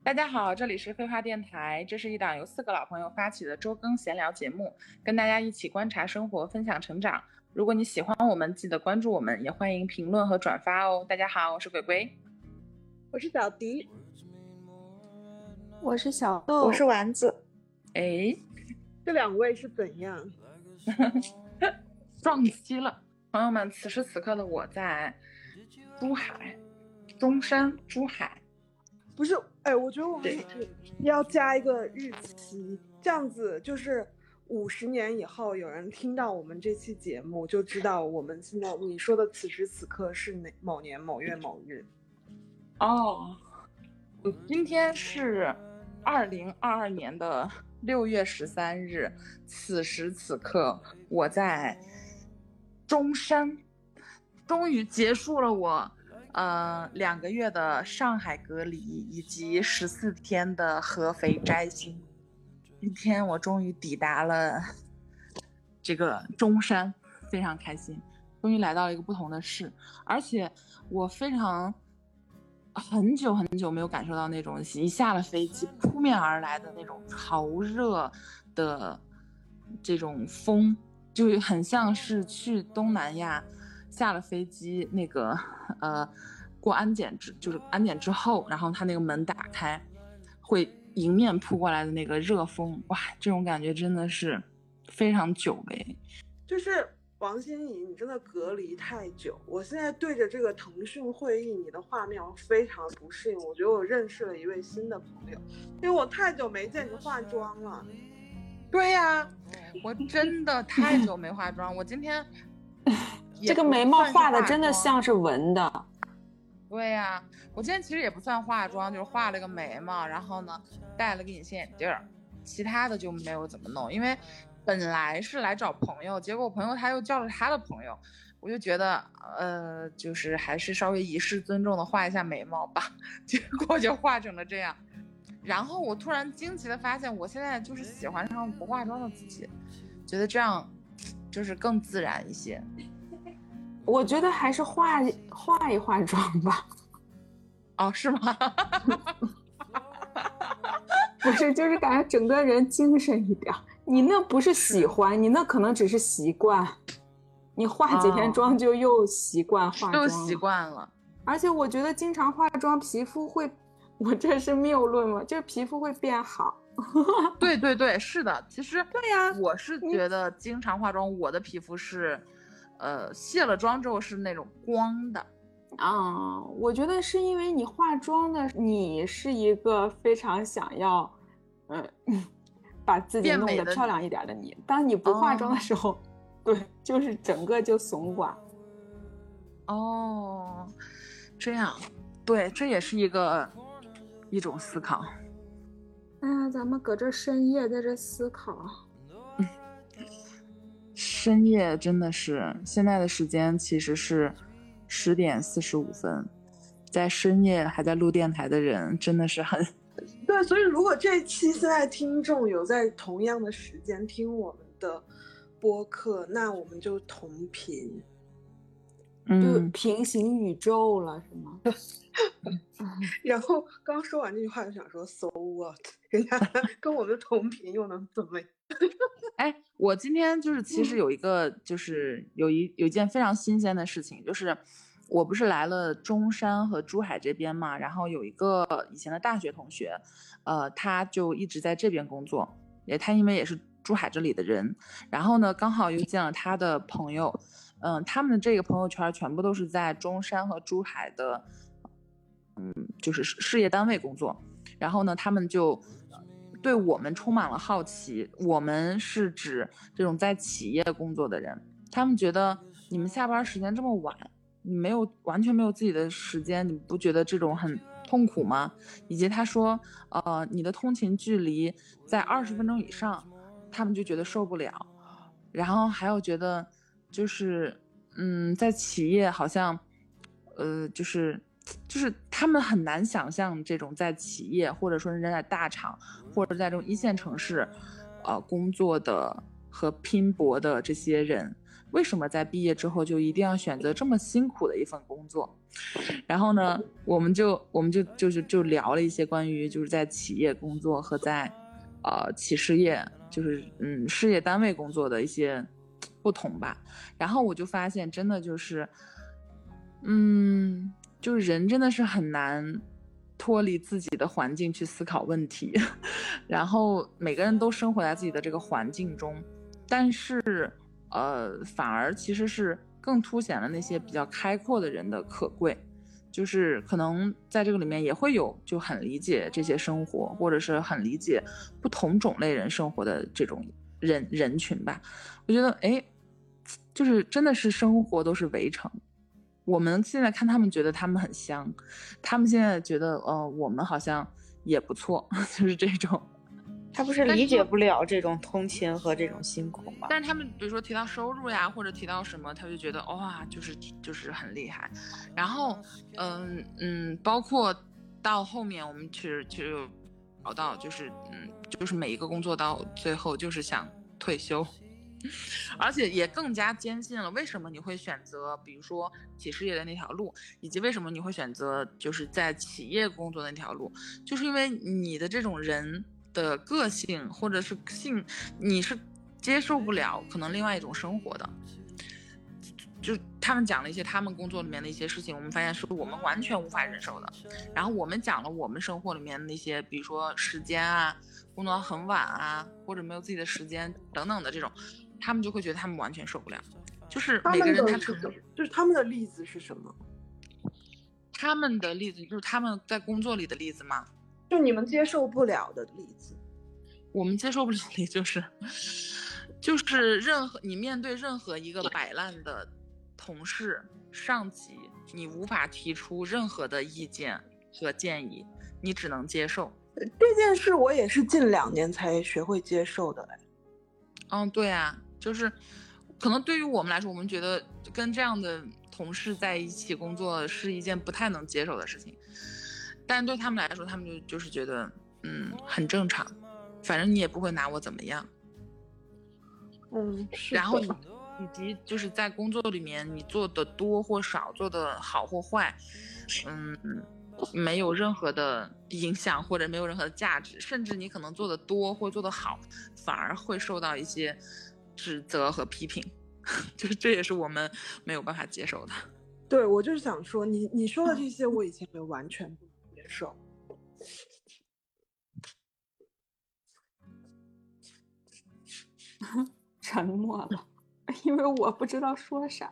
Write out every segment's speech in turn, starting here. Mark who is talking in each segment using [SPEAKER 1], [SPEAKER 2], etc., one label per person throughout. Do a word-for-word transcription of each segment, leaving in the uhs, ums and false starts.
[SPEAKER 1] 大家好，这里是废话电台，这是一档由四个老朋友发起的周更闲聊节目，跟大家一起观察生活，分享成长。如果你喜欢我们，记得关注我们，也欢迎评论和转发哦。大家好，我是鬼鬼，
[SPEAKER 2] 我是小迪，
[SPEAKER 3] 我是小豆，
[SPEAKER 4] 我是丸子。
[SPEAKER 1] 哎，
[SPEAKER 2] 这两位是怎样？
[SPEAKER 1] 撞期了，朋友们！此时此刻的我在珠海，中山，珠海。
[SPEAKER 2] 不是，哎，我觉得我们要加一个日期，这样子就是五十年以后有人听到我们这期节目，就知道我们现在你说的此时此刻是哪某年某月某日。
[SPEAKER 1] 哦，今天是二零二二年的六月十三日，此时此刻我在中山，终于结束了我呃两个月的上海隔离以及十四天的合肥摘星。今天我终于抵达了这个中山，非常开心，终于来到了一个不同的市，而且我非常很久很久没有感受到那种一下了飞机扑面而来的那种潮热的这种风，就很像是去东南亚下了飞机那个呃过安检之就是安检之后，然后他那个门打开会迎面扑过来的那个热风，哇，这种感觉真的是非常久违。
[SPEAKER 2] 就是王心怡，你真的隔离太久，我现在对着这个腾讯会议你的画面我非常不适应，我觉得我认识了一位新的朋友，因为我太久没见你化妆了。
[SPEAKER 1] 对呀、啊，我真的太久没化妆，我今天
[SPEAKER 3] 这个眉毛画的真的像是纹的。
[SPEAKER 1] 对呀、啊，我今天其实也不算化妆，就是画了个眉毛，然后呢戴了个隐形眼镜，其他的就没有怎么弄，因为本来是来找朋友，结果我朋友他又叫了他的朋友，我就觉得呃，就是还是稍微以示尊重的画一下眉毛吧，结果就画成了这样。然后我突然惊奇的发现，我现在就是喜欢上不化妆的自己，觉得这样就是更自然一些。
[SPEAKER 3] 我觉得还是化化一化妆吧。
[SPEAKER 1] 哦，是吗？
[SPEAKER 3] 不是，就是感觉整个人精神一点。你那不是喜欢，你那可能只是习惯。你化几天妆就又习惯化妆了，
[SPEAKER 1] 又习惯了。
[SPEAKER 3] 而且我觉得经常化妆，皮肤会，我这是谬论吗？就是皮肤会变好。
[SPEAKER 1] 对对对，是的。其实
[SPEAKER 3] 对呀、
[SPEAKER 1] 啊，我是觉得经常化妆，我的皮肤是，呃，卸了妆之后是那种光的。
[SPEAKER 3] 啊、嗯，我觉得是因为你化妆的，你是一个非常想要，嗯。把自己弄得漂亮一点的你，当你不化妆的时候、哦、对，就是整个就怂寡。
[SPEAKER 1] 哦，这样，对，这也是一个一种思考。
[SPEAKER 3] 哎呀，咱们搁这深夜在这思考，
[SPEAKER 1] 嗯，深夜真的是现在的时间其实是十点四十五分，在深夜还在录电台的人真的是很。
[SPEAKER 2] 对，所以如果这期现在听众有在同样的时间听我们的播客，那我们就同频，
[SPEAKER 1] 嗯，
[SPEAKER 3] 就平行宇宙了，是吗？
[SPEAKER 2] 然后刚说完这句话就想说 ，so what？ 人家跟我们同频又能怎么样？
[SPEAKER 1] 哎，我今天就是其实有一个，就是有一有一件非常新鲜的事情，就是我不是来了中山和珠海这边嘛，然后有一个以前的大学同学，呃，他就一直在这边工作，也他因为也是珠海这里的人，然后呢，刚好又见了他的朋友，嗯、呃，他们的这个朋友圈全部都是在中山和珠海的，嗯，就是事业单位工作，然后呢，他们就对我们充满了好奇，我们是指这种在企业工作的人，他们觉得你们下班时间这么晚。你没有完全没有自己的时间，你不觉得这种很痛苦吗？以及他说，呃，你的通勤距离在二十分钟以上，他们就觉得受不了。然后还有觉得，就是嗯，在企业好像，呃，就是就是他们很难想象这种在企业或者说是在大厂或者在这种一线城市，呃，工作的和拼搏的这些人，为什么在毕业之后就一定要选择这么辛苦的一份工作？然后呢，我们就我们就就是就聊了一些关于就是在企业工作和在呃企事业，就是嗯事业单位工作的一些不同吧。然后我就发现，真的就是，嗯，就是人真的是很难脱离自己的环境去思考问题，然后每个人都生活在自己的这个环境中，但是呃，反而其实是更凸显了那些比较开阔的人的可贵，就是可能在这个里面也会有就很理解这些生活，或者是很理解不同种类人生活的这种人人群吧。我觉得哎，就是真的是生活都是围城。我们现在看他们觉得他们很香，他们现在觉得呃我们好像也不错，就是这种。
[SPEAKER 4] 他不是理解不了这种通勤和这种辛苦吗？
[SPEAKER 1] 但是他们比如说提到收入呀，或者提到什么，他就觉得哇，就是就是很厉害。然后嗯嗯，包括到后面我们其实其实有聊到，就是嗯就是每一个工作到最后就是想退休。而且也更加坚信了为什么你会选择比如说企事业的那条路，以及为什么你会选择就是在企业工作的那条路，就是因为你的这种人的个性或者是性，你是接受不了可能另外一种生活的。就他们讲了一些他们工作里面的一些事情，我们发现是我们完全无法忍受的。然后我们讲了我们生活里面的那些，比如说时间啊，工作很晚啊，或者没有自己的时间等等的这种，他们就会觉得他们完全受不了。就是每个人他承认，
[SPEAKER 2] 就是他们的例子是什么？
[SPEAKER 1] 他们的例子就是他们在工作里的例子吗？
[SPEAKER 2] 就你们接受不了的例子。
[SPEAKER 1] 我们接受不了的就是就是任何你面对任何一个摆烂的同事上级，你无法提出任何的意见和建议，你只能接受。
[SPEAKER 2] 这件事我也是近两年才学会接受的。
[SPEAKER 1] 嗯，对啊，就是可能对于我们来说，我们觉得跟这样的同事在一起工作是一件不太能接受的事情，但对他们来说，他们就就是觉得嗯很正常，反正你也不会拿我怎么样。
[SPEAKER 2] 嗯，是的。
[SPEAKER 1] 然后以以及就是在工作里面，你做的多或少，做的好或坏，嗯，没有任何的影响或者没有任何的价值，甚至你可能做的多或做的好，反而会受到一些指责和批评，就是这也是我们没有办法接受的。
[SPEAKER 2] 对，我就是想说，你你说的这些，我以前没有完全不接受。
[SPEAKER 3] 沉默了，因为我不知道说啥。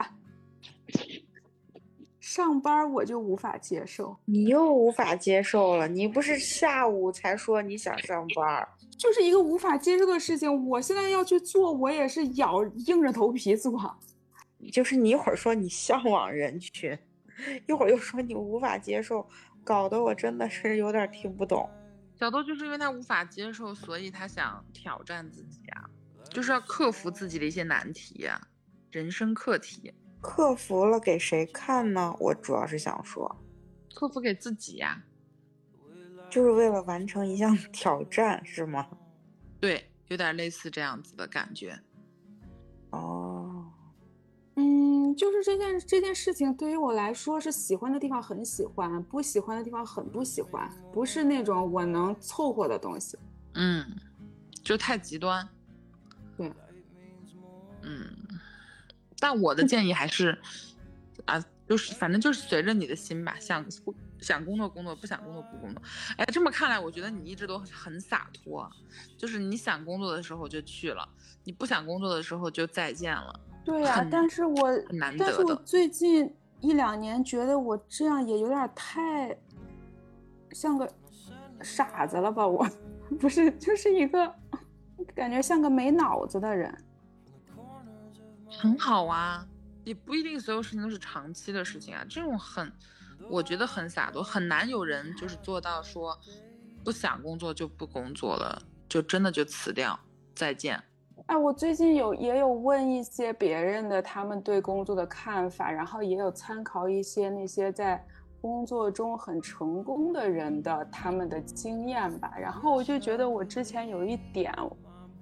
[SPEAKER 3] 上班我就无法接受。
[SPEAKER 4] 你又无法接受了？你不是下午才说你想上班？
[SPEAKER 3] 就是一个无法接受的事情，我现在要去做，我也是咬硬着头皮做。
[SPEAKER 4] 就是你一会儿说你向往人群，一会儿又说你无法接受，搞得我真的是有点听不懂。
[SPEAKER 1] 小豆就是因为他无法接受，所以他想挑战自己啊，就是要克服自己的一些难题呀、啊，人生课题。
[SPEAKER 4] 克服了给谁看呢？我主要是想说，
[SPEAKER 1] 克服给自己呀、
[SPEAKER 4] 啊，就是为了完成一项挑战，是吗？
[SPEAKER 1] 对，有点类似这样子的感觉。
[SPEAKER 4] 哦，
[SPEAKER 3] 嗯，就是这件这件事情对于我来说是喜欢的地方很喜欢，不喜欢的地方很不喜欢，不是那种我能凑合的东西。
[SPEAKER 1] 嗯，就太极端。
[SPEAKER 3] 对，
[SPEAKER 1] 嗯。但我的建议还是，啊，就是反正就是随着你的心吧，想想工作工作，不想工作不工作。哎，这么看来，我觉得你一直都很洒脱，就是你想工作的时候就去了，你不想工作的时候就再见了。
[SPEAKER 3] 对呀、啊，但是我
[SPEAKER 1] 难得的。
[SPEAKER 3] 但是我最近一两年觉得我这样也有点太像个傻子了吧？我不是，就是一个感觉像个没脑子的人。
[SPEAKER 1] 很好啊，也不一定所有事情都是长期的事情啊。这种很，我觉得很洒脱，很难有人就是做到说不想工作就不工作了，就真的就辞掉，再见。
[SPEAKER 3] 哎，我最近有也有问一些别人的他们对工作的看法，然后也有参考一些那些在工作中很成功的人的他们的经验吧。然后我就觉得我之前有一点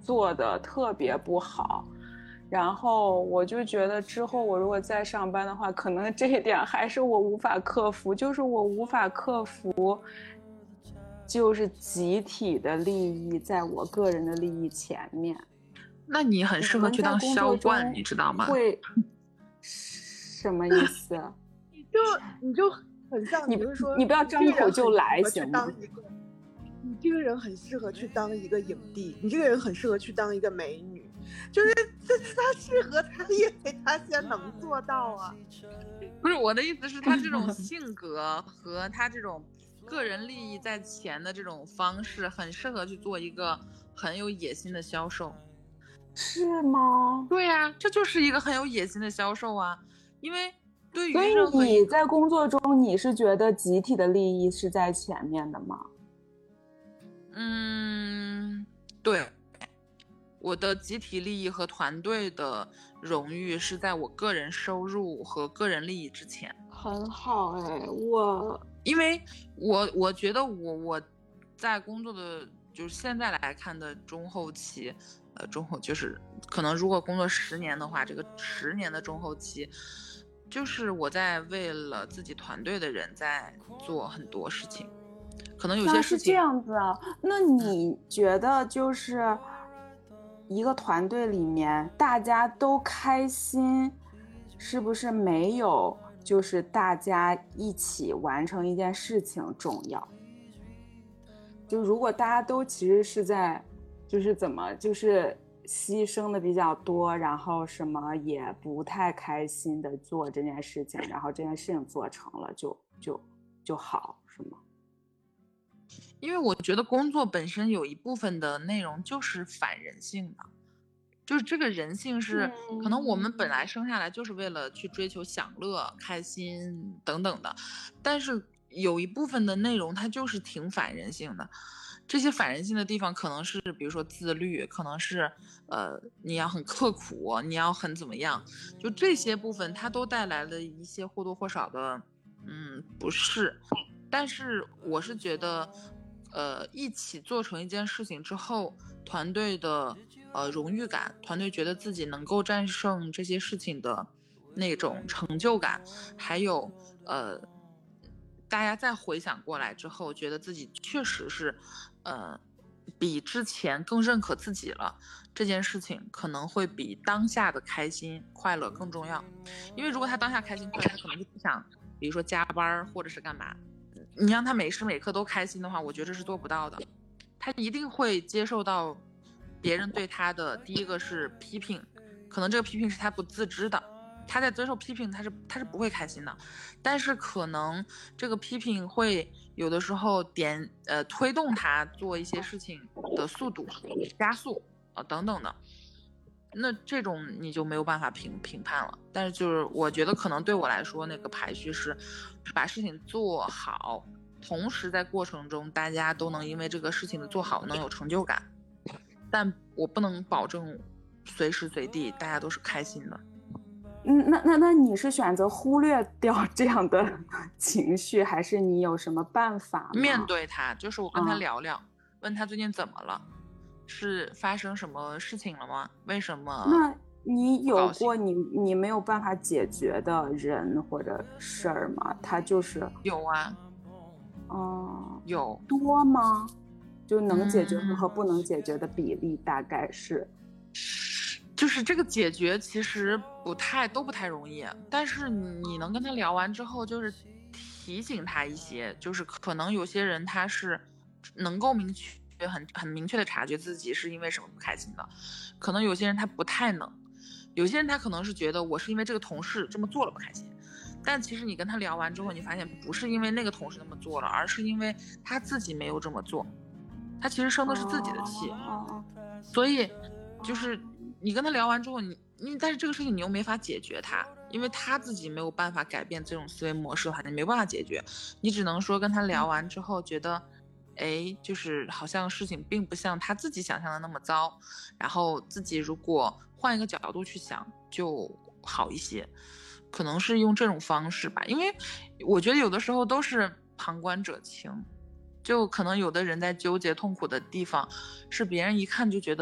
[SPEAKER 3] 做的特别不好。然后我就觉得之后我如果再上班的话，可能这一点还是我无法克服，就是我无法克服就是集体的利益在我个人的利益前面。
[SPEAKER 1] 那你很适合去当销冠，你知道吗？
[SPEAKER 3] 会什么意思？
[SPEAKER 2] 你就你就很像，
[SPEAKER 3] 你
[SPEAKER 2] 不是说
[SPEAKER 3] 你不要张口就来行吗？
[SPEAKER 2] 你这个人很适合去当一个影帝，你这个人很适合去当一个美女，就是这是他适合他，因为他先能做到啊。
[SPEAKER 1] 不是我的意思是，他这种性格和他这种个人利益在前的这种方式，很适合去做一个很有野心的销售。
[SPEAKER 3] 是吗？
[SPEAKER 1] 对呀、啊，这就是一个很有野心的销售啊，因为对于
[SPEAKER 3] 所以你在工作中，你是觉得集体的利益是在前面的吗？
[SPEAKER 1] 嗯，对，我的集体利益和团队的荣誉是在我个人收入和个人利益之前。
[SPEAKER 3] 很好哎，我
[SPEAKER 1] 因为我我觉得我我在工作的就是现在来看的中后期，呃，中后就是可能如果工作十年的话，这个十年的中后期，就是我在为了自己团队的人在做很多事情。可能有些事情
[SPEAKER 3] 是这样子啊，那你觉得就是一个团队里面大家都开心，是不是没有就是大家一起完成一件事情重要？就如果大家都其实是在就是怎么就是牺牲的比较多，然后什么也不太开心的做这件事情，然后这件事情做成了就就就好，是吗？
[SPEAKER 1] 因为我觉得工作本身有一部分的内容就是反人性的，就是这个人性是、嗯、可能我们本来生下来就是为了去追求享乐、开心等等的，但是有一部分的内容它就是挺反人性的。这些反人性的地方可能是比如说自律，可能是呃你要很刻苦，你要很怎么样，就这些部分它都带来了一些或多或少的嗯不适。但是我是觉得呃一起做成一件事情之后，团队的呃荣誉感，团队觉得自己能够战胜这些事情的那种成就感，还有呃大家再回想过来之后，觉得自己确实是呃比之前更认可自己了，这件事情可能会比当下的开心快乐更重要。因为如果他当下开心快乐，他可能就不想比如说加班或者是干嘛，你让他每时每刻都开心的话，我觉得这是做不到的。他一定会接受到别人对他的第一个是批评，可能这个批评是他不自知的，他在接受批评他是他是不会开心的，但是可能这个批评会有的时候点呃推动他做一些事情的速度加速啊、呃、等等的，那这种你就没有办法评评判了。但是就是我觉得可能对我来说，那个排序是把事情做好，同时在过程中大家都能因为这个事情的做好能有成就感，但我不能保证随时随地大家都是开心的。
[SPEAKER 3] 嗯，那那那你是选择忽略掉这样的情绪，还是你有什么办法吗？
[SPEAKER 1] 面对他，就是我跟他聊聊、嗯、问他最近怎么了，是发生什么事情了吗？为什么？
[SPEAKER 3] 那你有过你你没有办法解决的人或者事儿吗？他就是
[SPEAKER 1] 有啊。
[SPEAKER 3] 嗯，
[SPEAKER 1] 有
[SPEAKER 3] 多吗？就能解决和不能解决的比例大概是、
[SPEAKER 1] 嗯、就是这个解决其实不太都不太容易，但是你能跟他聊完之后就是提醒他一些，就是可能有些人他是能够明确很很明确的察觉自己是因为什么不开心的，可能有些人他不太能，有些人他可能是觉得我是因为这个同事这么做了不开心，但其实你跟他聊完之后，你发现不是因为那个同事那么做了，而是因为他自己没有这么做，他其实生的是自己的气、哦、所以就是你跟他聊完之后，你你但是这个事情你又没法解决他，因为他自己没有办法改变这种思维模式的话，你没办法解决，你只能说跟他聊完之后觉得哎，就是好像事情并不像他自己想象的那么糟，然后自己如果换一个角度去想就好一些，可能是用这种方式吧。因为我觉得有的时候都是旁观者清，就可能有的人在纠结痛苦的地方是别人一看就觉得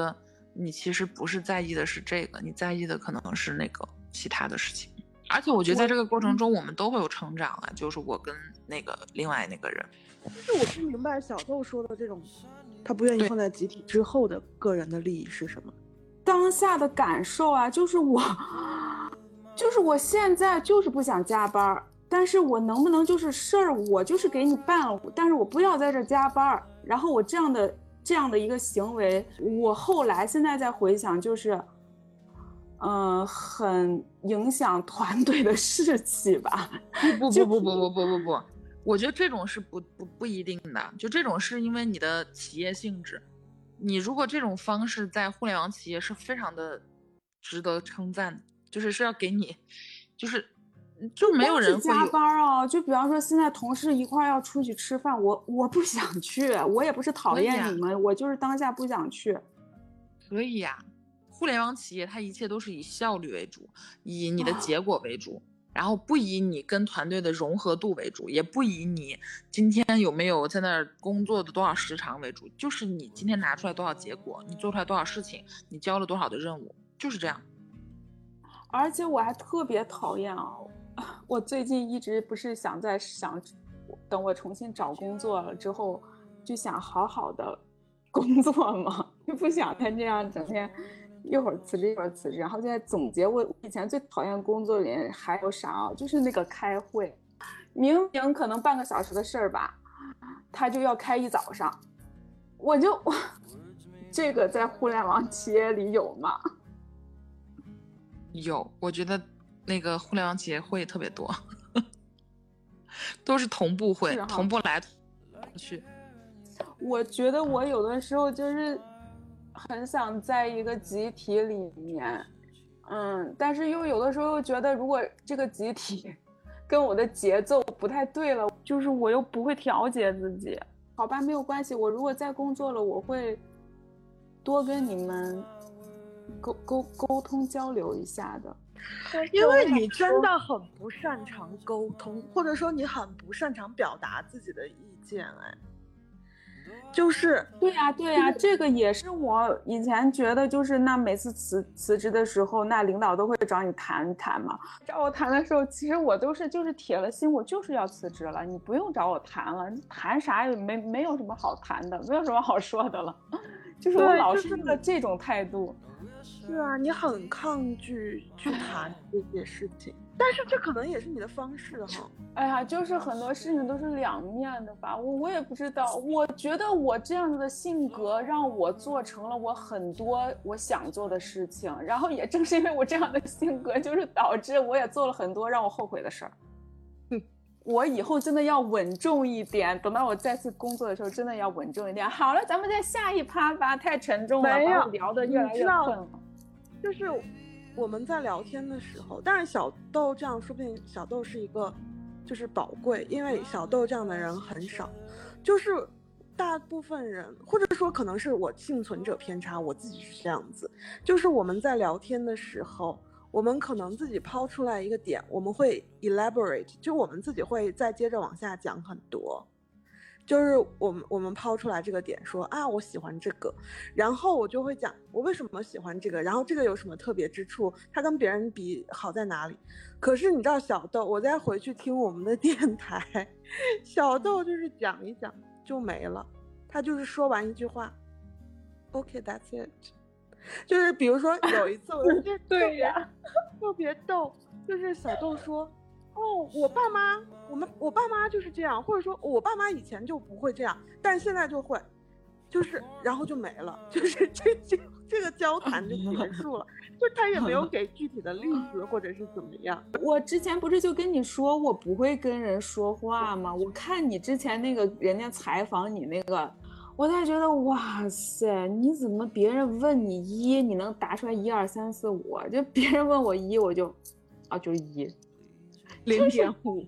[SPEAKER 1] 你其实不是在意的是这个，你在意的可能是那个其他的事情。而且我觉得在这个过程中我们都会有成长啊，就是我跟那个另外那个人。
[SPEAKER 2] 但是我不明白小豆说的这种他不愿意放在集体之后的个人的利益是什么。
[SPEAKER 3] 当下的感受啊，就是我就是我现在就是不想加班，但是我能不能就是事儿我就是给你办了，但是我不要在这加班。然后我这样的这样的一个行为，我后来现在在回想，就是嗯、呃，很影响团队的士气吧。
[SPEAKER 1] 不不不不不不不不不，我觉得这种是不不不一定的，就这种是因为你的企业性质。你如果这种方式在互联网企业是非常的值得称赞，就是是要给你，就是就没有人会
[SPEAKER 3] 加班啊。就比方说现在同事一块要出去吃饭，我我不想去，我也不是讨厌你们、啊、我就是当下不想去。
[SPEAKER 1] 可以呀、啊，互联网企业它一切都是以效率为主，以你的结果为主。啊，然后不以你跟团队的融合度为主，也不以你今天有没有在那儿工作的多少时长为主，就是你今天拿出来多少结果，你做出来多少事情，你交了多少的任务，就是这样。
[SPEAKER 3] 而且我还特别讨厌啊，我最近一直不是想在想，等我重新找工作了之后，就想好好的工作嘛，就不想再这样整天一会儿辞职一会儿辞职。然后就在总结我以前最讨厌工作里还有啥啊，就是那个开会，明明可能半个小时的事儿吧，他就要开一早上。我就这个在互联网企业里有吗？
[SPEAKER 1] 有，我觉得那个互联网企业会特别多，都是同步会，同步来同去。
[SPEAKER 3] 我觉得我有的时候就是很想在一个集体里面，嗯，但是又有的时候又觉得，如果这个集体跟我的节奏不太对了，就是我又不会调节自己。好吧，没有关系，我如果再工作了，我会多跟你们沟沟沟通交流一下的。
[SPEAKER 2] 因为你真的很不擅长沟通，或者说你很不擅长表达自己的意见。哎，就是
[SPEAKER 3] 对呀、啊、对呀、啊，这个也是我以前觉得，就是那每次辞辞职的时候，那领导都会找你谈谈嘛。找我谈的时候，其实我都是就是铁了心，我就是要辞职了，你不用找我谈了，谈啥也没没有什么好谈的，没有什么好说的了。就是我老是一个这种态度。
[SPEAKER 2] 是啊，你很抗拒去谈这些事情，但是这可能也是你的方式哈。
[SPEAKER 3] 哎呀，就是很多事情都是两面的吧，我我也不知道。我觉得我这样子的性格让我做成了我很多我想做的事情，然后也正是因为我这样的性格，就是导致我也做了很多让我后悔的事儿。嗯，我以后真的要稳重一点，等到我再次工作的时候，真的要稳重一点。好了，咱们再下一趴吧，太沉重了，把我聊得越来越困了。
[SPEAKER 2] 就是我们在聊天的时候，当然小豆这样说不定小豆是一个就是宝贵，因为小豆这样的人很少，就是大部分人，或者说可能是我幸存者偏差，我自己是这样子，就是我们在聊天的时候，我们可能自己抛出来一个点，我们会 elaborate， 就我们自己会再接着往下讲很多。就是我们我们抛出来这个点说啊，我喜欢这个，然后我就会讲我为什么喜欢这个，然后这个有什么特别之处，它跟别人比好在哪里。可是你知道小豆，我再回去听我们的电台，小豆就是讲一讲就没了，他就是说完一句话 OK that's it。 就是比如说有一次我就对呀特别逗，就是小豆说哦，我爸妈，我们我爸妈就是这样，或者说我爸妈以前就不会这样，但现在就会，就是然后就没了，就是这这这个交谈就结束了，就他也没有给具体的例子或者是怎么样。
[SPEAKER 3] 我之前不是就跟你说我不会跟人说话吗？我看你之前那个人家采访你那个，我才觉得哇塞，你怎么别人问你一，你能答出来一二三四五？就别人问我一，我就啊就一。
[SPEAKER 2] 零点五，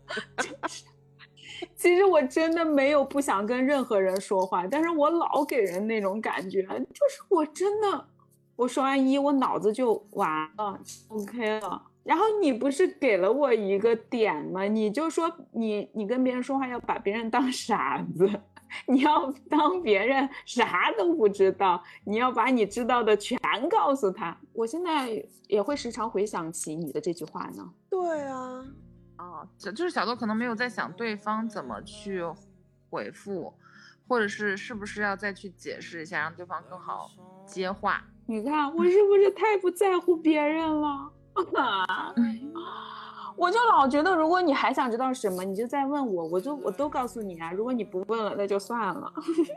[SPEAKER 3] 其实我真的没有不想跟任何人说话，但是我老给人那种感觉，就是我真的，我说完一，我脑子就完了 ，OK 了。然后你不是给了我一个点吗？你就说你你跟别人说话要把别人当傻子， 你要当别人啥都不知道，你要把你知道的全告诉他。我现在也会时常回想起你的这句话呢。
[SPEAKER 2] 对啊，
[SPEAKER 1] 哦，就是小豆可能没有在想对方怎么去回复，或者是是不是要再去解释一下，让对方更好接话。
[SPEAKER 3] 你看我是不是太不在乎别人了？我就老觉得，如果你还想知道什么，你就再问我，我就我都告诉你啊。如果你不问了，那就算了。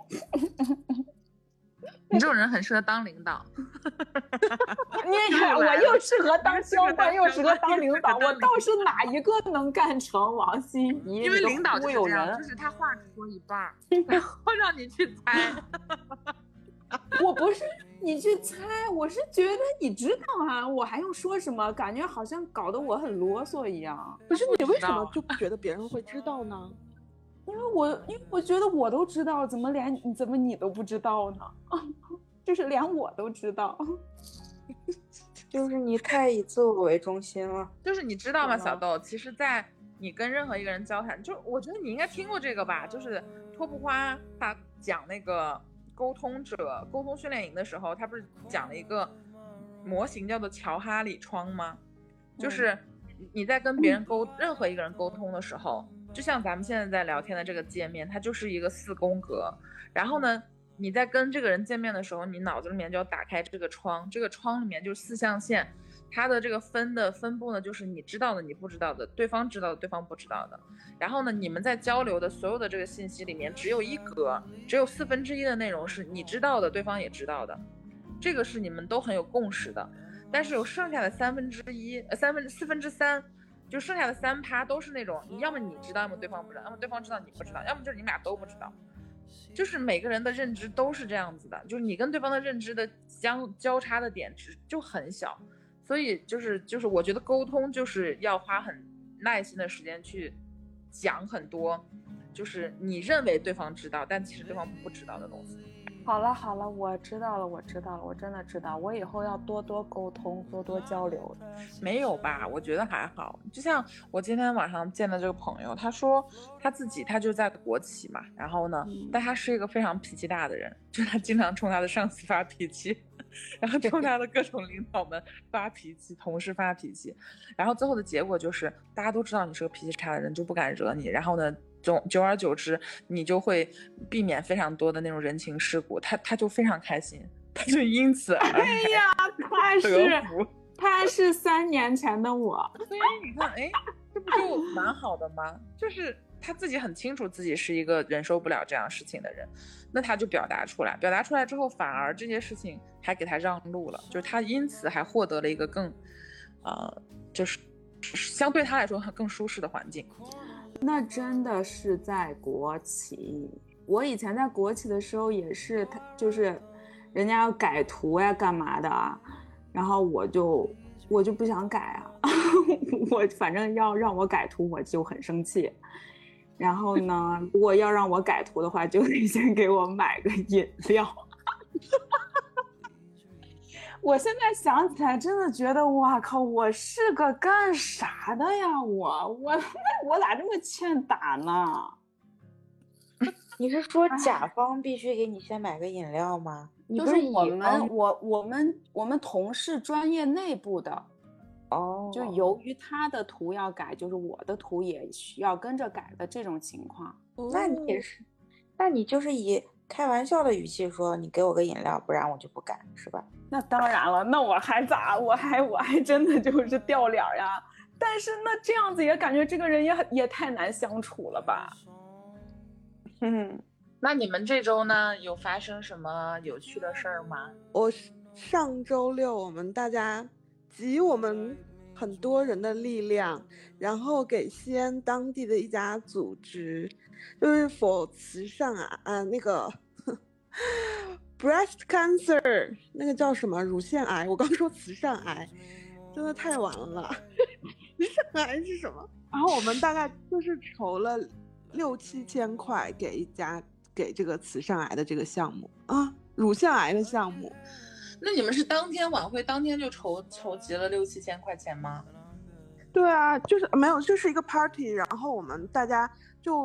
[SPEAKER 1] 你这种人很适合当领导。
[SPEAKER 3] 你看，我又适合当教官，又适合当领导，我倒是哪一个能干成？王心怡，
[SPEAKER 1] 因为领导就是
[SPEAKER 3] 有人，
[SPEAKER 1] 就是他话只说一半，然后让你去猜。
[SPEAKER 3] 我不是你去猜，我是觉得你知道啊，我还用说什么？感觉好像搞得我很啰嗦一样。
[SPEAKER 2] 可是你为什么就觉得别人会知道呢？
[SPEAKER 3] 因为我因为我觉得我都知道，怎么连你怎么你都不知道呢？就是连我都知道。
[SPEAKER 4] 就是你太以自我为中心了。
[SPEAKER 1] 就是你知道吗，小豆？其实，在你跟任何一个人交谈，就我觉得你应该听过这个吧？就是托布花他讲那个沟通者沟通训练营的时候，他不是讲了一个模型叫做乔哈里窗吗？就是你在跟别人沟、嗯、任何一个人沟通的时候，就像咱们现在在聊天的这个界面，它就是一个四宫格。然后呢，你在跟这个人见面的时候，你脑子里面就要打开这个窗，这个窗里面就是四象限，它的这个分的分布呢，就是你知道的、你不知道的，对方知道的、对方不知道的。然后呢，你们在交流的所有的这个信息里面，只有一格，只有四分之一的内容是你知道的，对方也知道的，这个是你们都很有共识的。但是有剩下的三分之一，呃，三分四分之三，就剩下的三趴都是那种，你要么你知道，要么对方不知道，要么对方知道你不知道，要么就是你们俩都不知道。就是每个人的认知都是这样子的，就是你跟对方的认知的相交叉的点值就很小，所以就是就是我觉得沟通就是要花很耐心的时间去讲很多，就是你认为对方知道，但其实对方不知道的东西。
[SPEAKER 3] 好了好了，我知道了，我知道了，我真的知道，我以后要多多沟通，多多交流。
[SPEAKER 1] 没有吧？我觉得还好。就像我今天晚上见的这个朋友，他说他自己他就在国企嘛，然后呢，嗯、但他是一个非常脾气大的人，就是他经常冲他的上司发脾气，然后冲他的各种领导们发脾气，同事发脾气，然后最后的结果就是大家都知道你是个脾气差的人，就不敢惹你，然后呢。久而久之，你就会避免非常多的那种人情世故，他他就非常开心，他就因此而
[SPEAKER 3] 哎呀，他是他是三年前的我，
[SPEAKER 1] 所以你看，哎，这不就蛮好的吗？就是他自己很清楚自己是一个忍受不了这样事情的人，那他就表达出来，表达出来之后，反而这些事情还给他让路了，就是他因此还获得了一个更，呃，就是相对他来说更舒适的环境。
[SPEAKER 3] 那真的是在国企，我以前在国企的时候也是，他就是人家要改图呀干嘛的啊，然后我就我就不想改啊，我反正要让我改图我就很生气，然后呢，如果要让我改图的话，就得先给我买个饮料。我现在想起来，真的觉得哇靠，我是个干啥的呀？我我我咋这么欠打呢？
[SPEAKER 4] 你是说甲方必须给你先买个饮料吗？你
[SPEAKER 3] 就是我们我我们我们同事专业内部的
[SPEAKER 4] 哦，
[SPEAKER 3] 就由于他的图要改，就是我的图也需要跟着改的这种情况。
[SPEAKER 4] 那你也是，那你就是以开玩笑的语气说，你给我个饮料，不然我就不改，是吧？
[SPEAKER 3] 那当然了，那我还咋？我还我还真的就是掉脸呀。但是那这样子也感觉这个人也很也太难相处了吧？
[SPEAKER 1] 嗯，那你们这周呢有发生什么有趣的事儿吗？
[SPEAKER 2] 我上周六我们大家集我们很多人的力量，然后给西安当地的一家组织，就是否慈善啊啊那个。breast cancer 那个叫什么乳腺癌，我刚说慈善癌，真的太晚了。慈善癌是什么？然后我们大概就是筹了六七千块给一家给这个慈善癌的这个项目啊，乳腺癌的项目。
[SPEAKER 1] 那你们是当天晚会当天就筹筹集了六七千块钱吗？
[SPEAKER 2] 对啊，就是没有，就是一个 party， 然后我们大家就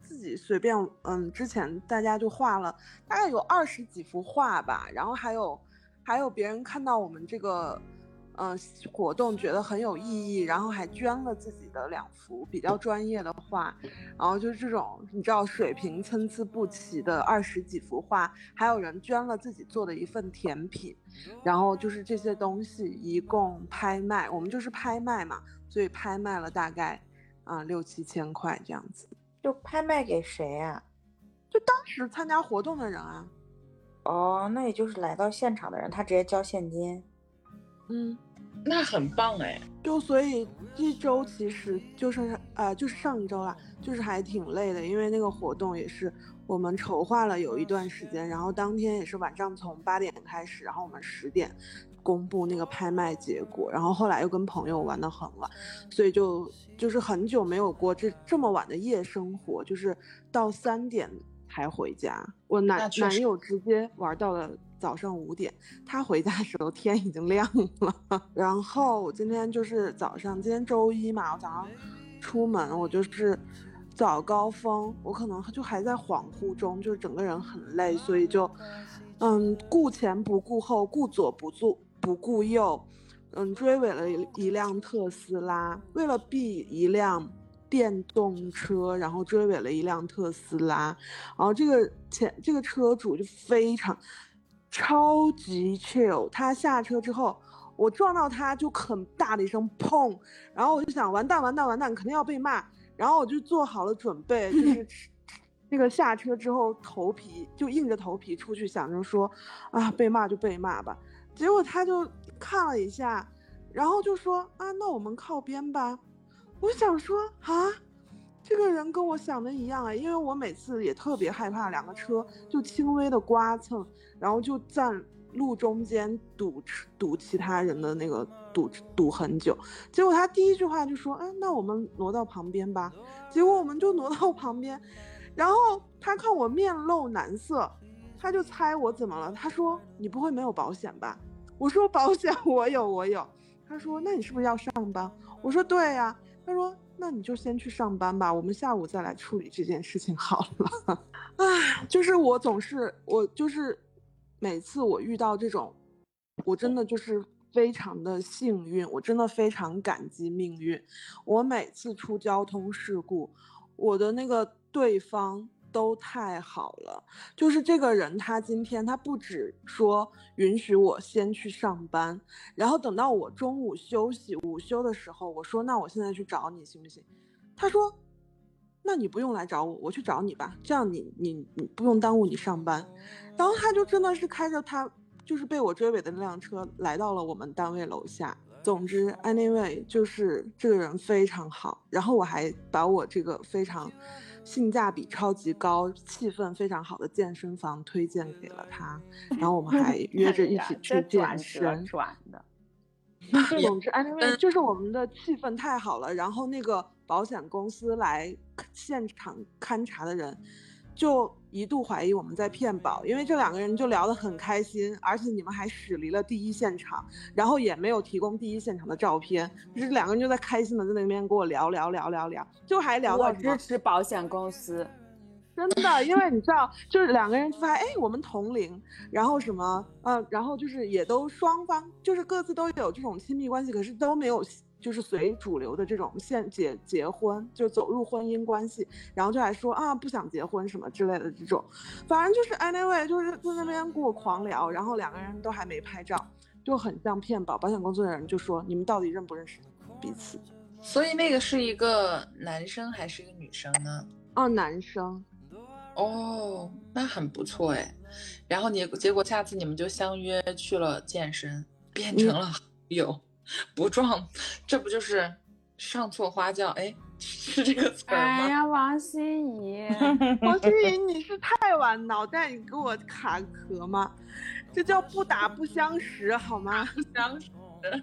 [SPEAKER 2] 自己随便，嗯，之前大家就画了大概有二十几幅画吧，然后还有还有别人看到我们这个。嗯、呃，活动觉得很有意义，然后还捐了自己的两幅比较专业的画，然后就是这种你知道水平参差不齐的二十几幅画，还有人捐了自己做的一份甜品，然后就是这些东西一共拍卖，我们就是拍卖嘛，所以拍卖了大概啊、呃、六七千块这样子。
[SPEAKER 4] 就拍卖给谁啊？
[SPEAKER 2] 就当时参加活动的人啊。
[SPEAKER 4] 哦，那也就是来到现场的人，他直接交现金。
[SPEAKER 2] 嗯。
[SPEAKER 1] 那很棒哎，
[SPEAKER 2] 就所以这周其实就是呃就是上一周啦，就是还挺累的，因为那个活动也是我们筹划了有一段时间，然后当天也是晚上从八点开始，然后我们十点公布那个拍卖结果，然后后来又跟朋友玩得很晚，所以就就是很久没有过这这么晚的夜生活，就是到三点才回家。我男男友直接玩到了早上五点，他回家的时候天已经亮了。然后我今天就是早上，今天周一嘛，我早上出门，我就是早高峰，我可能就还在恍惚中，就是整个人很累，所以就嗯顾前不顾后，顾左不顾不顾右，嗯追尾了一一辆特斯拉，为了避一辆电动车，然后追尾了一辆特斯拉，然后这个前这个车主就非常超级 chill， 他下车之后，我撞到他就很大的一声砰，然后我就想完蛋完蛋完蛋，肯定要被骂，然后我就做好了准备，就是那个下车之后头皮就硬着头皮出去，想着说啊被骂就被骂吧，结果他就看了一下，然后就说啊那我们靠边吧，我想说啊。这个人跟我想的一样哎，因为我每次也特别害怕两个车就轻微的刮蹭，然后就站路中间堵堵其他人的那个堵堵很久。结果他第一句话就说：“哎，那我们挪到旁边吧。”结果我们就挪到旁边，然后他看我面露难色，他就猜我怎么了。他说：“你不会没有保险吧？”我说：“保险我有，我有。”他说：“那你是不是要上班？”我说：“对呀。”他说。那你就先去上班吧，我们下午再来处理这件事情好了。唉，就是我总是我就是每次我遇到这种，我真的就是非常的幸运，我真的非常感激命运。我每次出交通事故，我的那个对方都太好了，就是这个人他今天他不只说允许我先去上班，然后等到我中午休息午休的时候，我说那我现在去找你行不行？他说那你不用来找我，我去找你吧，这样你你你不用耽误你上班。然后他就真的是开着他就是被我追尾的那辆车来到了我们单位楼下。总之 anyway 就是这个人非常好，然后我还把我这个非常性价比超级高气氛非常好的健身房推荐给了他，然后我们还约着一起去健身。
[SPEAKER 3] 转的
[SPEAKER 2] 总之 anyway 就是我们的气氛太好了，然后那个保险公司来现场勘察的人就一度怀疑我们在骗保，因为这两个人就聊得很开心，而且你们还驶离了第一现场，然后也没有提供第一现场的照片，就是两个人就在开心的在那边跟我聊聊聊聊聊，就还聊到
[SPEAKER 3] 我支持保险公司，
[SPEAKER 2] 真的，因为你知道，就是两个人就发现，哎，我们同龄，然后什么，呃，然后就是也都双方就是各自都有这种亲密关系，可是都没有。就是随主流的这种现结结婚，就走入婚姻关系，然后就还说啊不想结婚什么之类的这种，反正就是 anyway 就是在那边跟我狂聊，然后两个人都还没拍照，就很像骗保。保险公司的人就说你们到底认不认识彼此？
[SPEAKER 1] 所以那个是一个男生还是一个女生呢？
[SPEAKER 2] 哦，男生。
[SPEAKER 1] 哦，那很不错哎。然后你结果下次你们就相约去了健身，变成了好友。嗯不撞，这不就是上错花轿？哎，是这个词吗？
[SPEAKER 3] 哎呀，王心怡，
[SPEAKER 2] 王心怡，你是太晚脑袋你给我卡壳吗？这叫不打不相识好吗？
[SPEAKER 1] 不相识。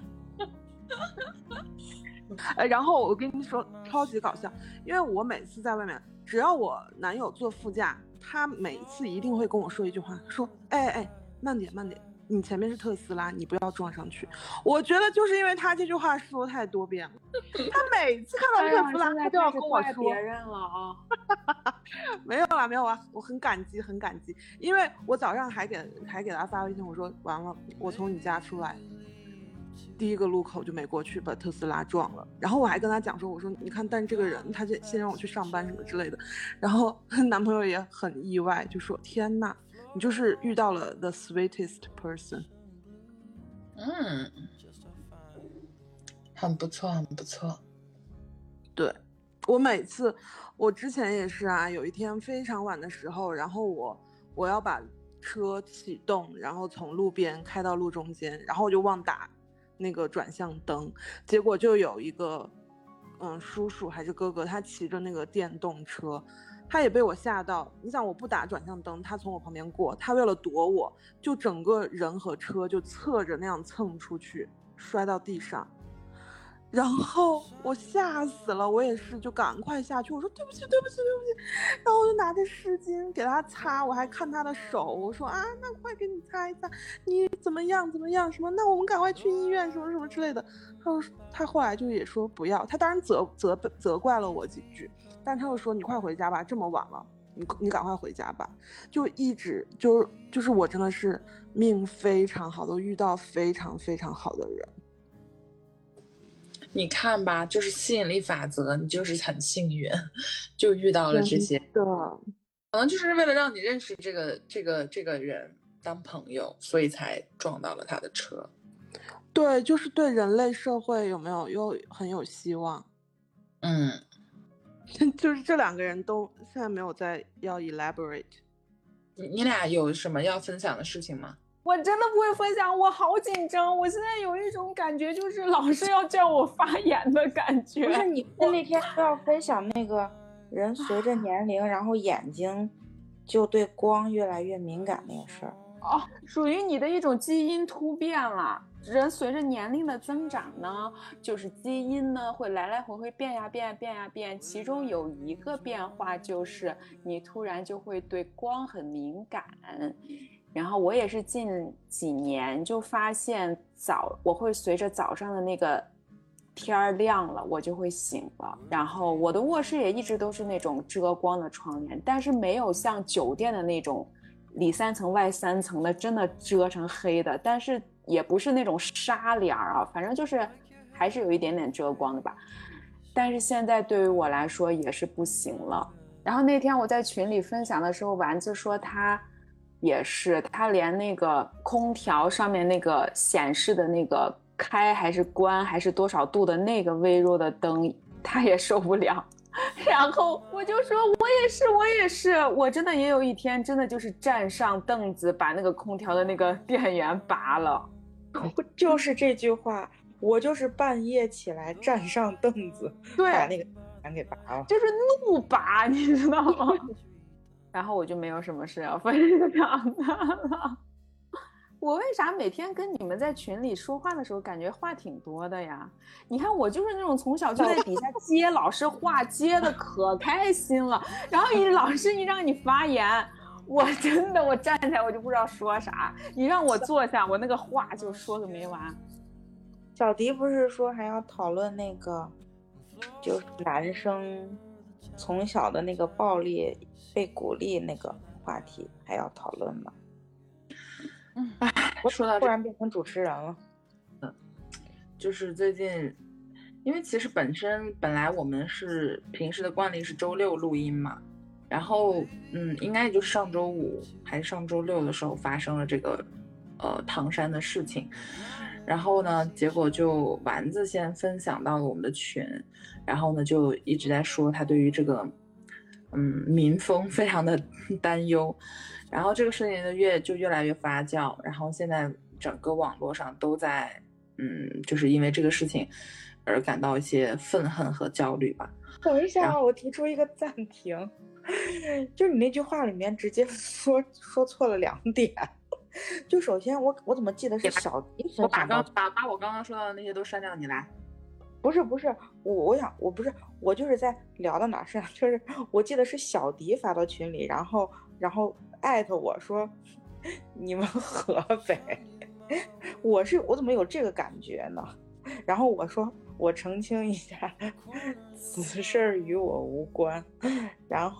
[SPEAKER 2] 哎，然后我跟你说超级搞笑，因为我每次在外面，只要我男友坐副驾，他每次一定会跟我说一句话，说哎哎慢点慢点。你前面是特斯拉，你不要撞上去。我觉得就是因为他这句话说太多遍了，他每次看到特斯拉，他就要跟我说。
[SPEAKER 3] 别人了啊！
[SPEAKER 2] 没有啦，没有啊，我很感激，很感激，因为我早上还给还给他发微信，我说完了，我从你家出来，第一个路口就没过去，把特斯拉撞了。然后我还跟他讲说，我说你看，但是这个人他先先让我去上班什么之类的。然后男朋友也很意外，就说天哪，你就是遇到了 the sweetest person。
[SPEAKER 1] 嗯，很不错，很不错。
[SPEAKER 2] 对，我每次，我之前也是啊，有一天非常晚的时候，然后我我要把车启动，然后从路边开到路中间，然后我就忘打那个转向灯，结果就有一个嗯叔叔还是哥哥，他骑着那个电动车，他也被我吓到。你想我不打转向灯，他从我旁边过，他为了躲我，就整个人和车就侧着那样蹭出去，摔到地上。然后我吓死了，我也是就赶快下去，我说对不起对不起对不起，然后我就拿着湿巾给他擦，我还看他的手，我说啊那快给你擦一擦，你怎么样怎么样什么，那我们赶快去医院什么什么之类的。他说他后来就也说不要，他当然责责责怪了我几句，但他又说你快回家吧，这么晚了，你你赶快回家吧。就一直就就是我真的是命非常好，都遇到非常非常好的人。
[SPEAKER 1] 你看吧，就是吸引力法则，你就是很幸运，就遇到了这些。
[SPEAKER 2] 对，
[SPEAKER 1] 可能就是为了让你认识这个这个这个人当朋友，所以才撞到了他的车。
[SPEAKER 2] 对，就是对人类社会有没有又很有希望。
[SPEAKER 1] 嗯，
[SPEAKER 2] 就是这两个人都现在没有在要 elaborate。
[SPEAKER 1] 你你俩有什么要分享的事情吗？
[SPEAKER 3] 我真的不会分享，我好紧张，我现在有一种感觉，就是老师要叫我发言的感觉。
[SPEAKER 4] 不是你那天不要分享那个人随着年龄，然后眼睛就对光越来越敏感那个事儿。
[SPEAKER 3] 哦，属于你的一种基因突变了。人随着年龄的增长呢，就是基因呢会来来回回变呀变呀变呀变，其中有一个变化就是你突然就会对光很敏感。然后我也是近几年就发现早我会随着早上的那个天亮了我就会醒了，然后我的卧室也一直都是那种遮光的窗帘，但是没有像酒店的那种里三层外三层的真的遮成黑的，但是也不是那种纱帘啊，反正就是还是有一点点遮光的吧。但是现在对于我来说也是不行了。然后那天我在群里分享的时候，丸子说他也是，他连那个空调上面那个显示的那个开还是关还是多少度的那个微弱的灯他也受不了。然后我就说我也是我也是，我真的也有一天真的就是站上凳子把那个空调的那个电源拔了。
[SPEAKER 4] 就是这句话，我就是半夜起来站上凳子
[SPEAKER 3] 对
[SPEAKER 4] 把那个电给拔了，
[SPEAKER 3] 就是怒拔，你知道吗？然后我就没有什么事要分享的了。我为啥每天跟你们在群里说话的时候感觉话挺多的呀？你看我就是那种从小就在底下接老师话接的可开心了，然后你老师一让你发言，我真的我站起来我就不知道说啥，你让我坐下我那个话就说个没完。
[SPEAKER 4] 小迪不是说还要讨论那个就是男生从小的那个暴力被鼓励那个话题还要讨论吗？
[SPEAKER 1] 嗯，我说到
[SPEAKER 4] 突然变成主持人了。
[SPEAKER 1] 嗯，就是最近，因为其实本身本来我们是平时的惯例是周六录音嘛，然后嗯，应该也就是上周五还是上周六的时候发生了这个呃唐山的事情，然后呢，结果就丸子先分享到了我们的群，然后呢就一直在说他对于这个嗯民风非常的担忧。然后这个事情的越就越来越发酵，然后现在整个网络上都在嗯就是因为这个事情而感到一些愤恨和焦虑吧。
[SPEAKER 4] 等一下，我提出一个暂停，就是你那句话里面直接说说错了两点。就首先我我怎么记得是小迪
[SPEAKER 1] 我把刚把把我刚刚说到的那些都删掉，你来。
[SPEAKER 4] 不是不是，我我想我不是我就是在聊到哪是就是我记得是小迪发到群里，然后然后艾特我说你们河北，我是我怎么有这个感觉呢？然后我说我澄清一下，此事与我无关。然后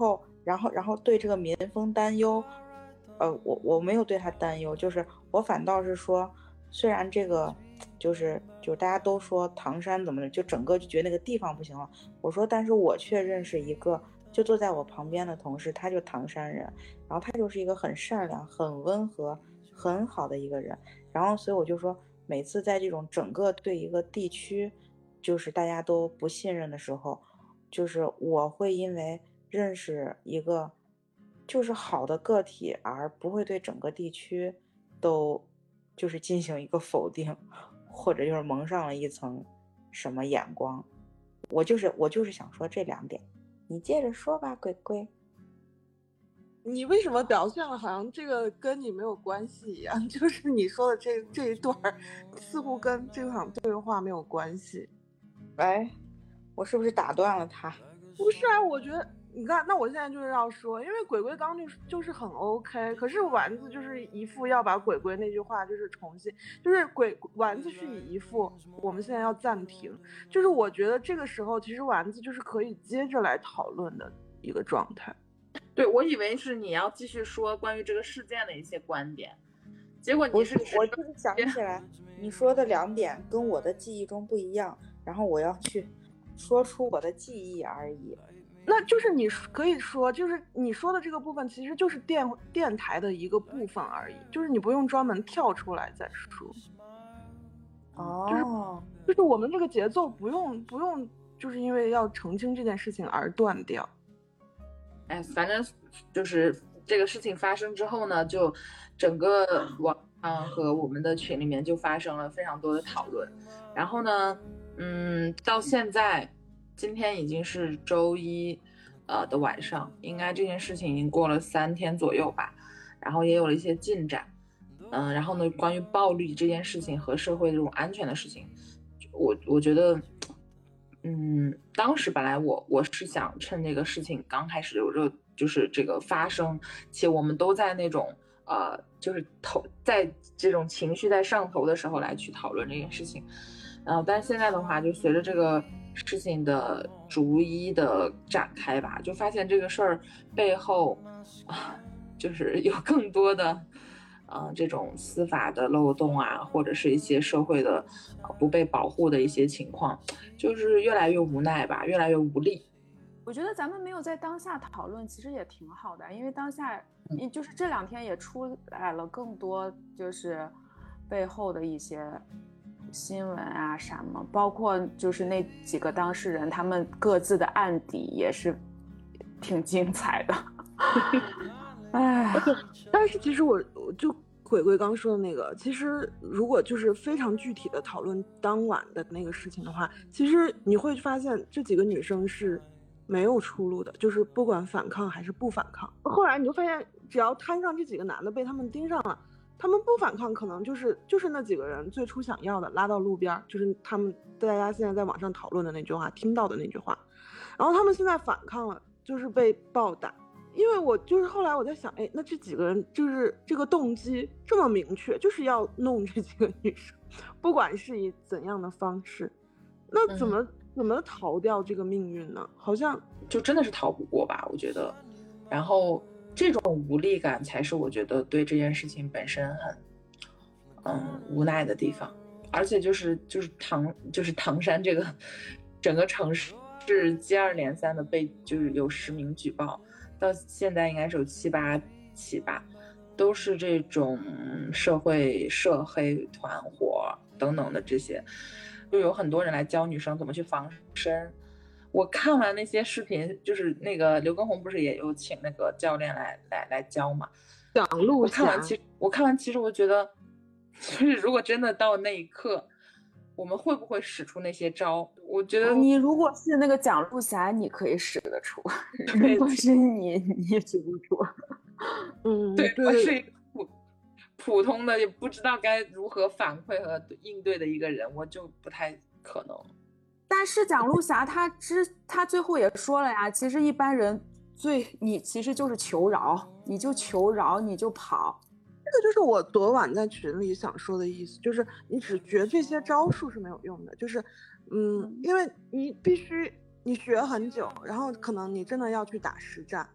[SPEAKER 4] 然后然后对这个民风担忧，呃，我我没有对他担忧，就是我反倒是说，虽然这个就是就大家都说唐山怎么的，就整个就觉得那个地方不行了，我说但是我却认识一个就坐在我旁边的同事，他就唐山人，然后他就是一个很善良很温和很好的一个人，然后所以我就说每次在这种整个对一个地区就是大家都不信任的时候，就是我会因为认识一个就是好的个体而不会对整个地区都就是进行一个否定，或者就是蒙上了一层什么眼光。我就是我就是想说这两点，你接着说吧，鬼鬼。
[SPEAKER 2] 你为什么表现了好像这个跟你没有关系一样？就是你说的这这一段似乎跟这场对话没有关系。
[SPEAKER 4] 哎，我是不是打断了他？
[SPEAKER 2] 不是啊，我觉得你看，那我现在就是要说，因为鬼鬼刚就是就是很 OK， 可是丸子就是一副要把鬼鬼那句话就是重新，就是鬼丸子是以一副我们现在要暂停，就是我觉得这个时候其实丸子就是可以接着来讨论的一个状态。
[SPEAKER 1] 对，我以为是你要继续说关于这个事件的一些观点，结果你是
[SPEAKER 4] 我就是想起来你说的两点跟我的记忆中不一样，然后我要去说出我的记忆而已。
[SPEAKER 2] 那就是你可以说，就是你说的这个部分其实就是电电台的一个部分而已，就是你不用专门跳出来再说。
[SPEAKER 4] 哦，
[SPEAKER 2] 就是就是我们这个节奏不用不用，就是因为要澄清这件事情而断掉。
[SPEAKER 1] 哎，反正就是这个事情发生之后呢，就整个网上和我们的群里面就发生了非常多的讨论。然后呢，嗯，到现在今天已经是周一呃的晚上，应该这件事情已经过了三天左右吧，然后也有了一些进展。嗯，然后呢，关于暴力这件事情和社会这种安全的事情，我我觉得。嗯，当时本来我我是想趁这个事情刚开始有热，就是这个发生，且我们都在那种呃，就是头在这种情绪在上头的时候来去讨论这件事情，呃，但是现在的话，就随着这个事情的逐一的展开吧，就发现这个事儿背后啊，就是有更多的。呃，这种司法的漏洞啊，或者是一些社会的、呃、不被保护的一些情况，就是越来越无奈吧，越来越无力。
[SPEAKER 3] 我觉得咱们没有在当下讨论，其实也挺好的，因为当下，就是这两天也出来了更多，就是背后的一些新闻啊什么，包括就是那几个当事人他们各自的案底也是挺精彩的。哎，
[SPEAKER 2] 但是其实我我就鬼鬼刚说的那个，其实如果就是非常具体的讨论当晚的那个事情的话，其实你会发现这几个女生是没有出路的，就是不管反抗还是不反抗。后来你就发现，只要摊上这几个男的被他们盯上了，他们不反抗，可能就是就是那几个人最初想要的，拉到路边，就是他们大家现在在网上讨论的那句话，听到的那句话。然后他们现在反抗了，就是被暴打。因为我就是后来我在想，哎，那这几个人就是这个动机这么明确，就是要弄这几个女生，不管是以怎样的方式，那怎么、嗯、怎么逃掉这个命运呢？好像
[SPEAKER 1] 就真的是逃不过吧，我觉得。然后这种无力感才是我觉得对这件事情本身很，嗯，无奈的地方。而且就是就是唐就是唐山这个整个城市是接二连三的被就是有实名举报。到现在应该是有七八起吧，都是这种社会涉黑团伙等等的这些，就有很多人来教女生怎么去防身。我看完那些视频，就是那个刘畊宏不是也有请那个教练来来来教嘛？
[SPEAKER 2] 讲路
[SPEAKER 1] 我看完其实我看完其实我觉得，就是如果真的到那一刻，我们会不会使出那些招？我觉得
[SPEAKER 3] 你如果是那个蒋路侠，你可以使得出；如果是你，你也使不出。
[SPEAKER 2] 嗯，
[SPEAKER 1] 对，我是一个普普通的，也不知道该如何反馈和应对的一个人，我就不太可能。
[SPEAKER 3] 但是蒋路侠他之他最后也说了呀，其实一般人最你其实就是求饶，你就求饶，你就跑。
[SPEAKER 2] 这个就是我昨晚在群里想说的意思，就是你只学这些招数是没有用的，就是嗯，因为你必须你学很久，然后可能你真的要去打实战，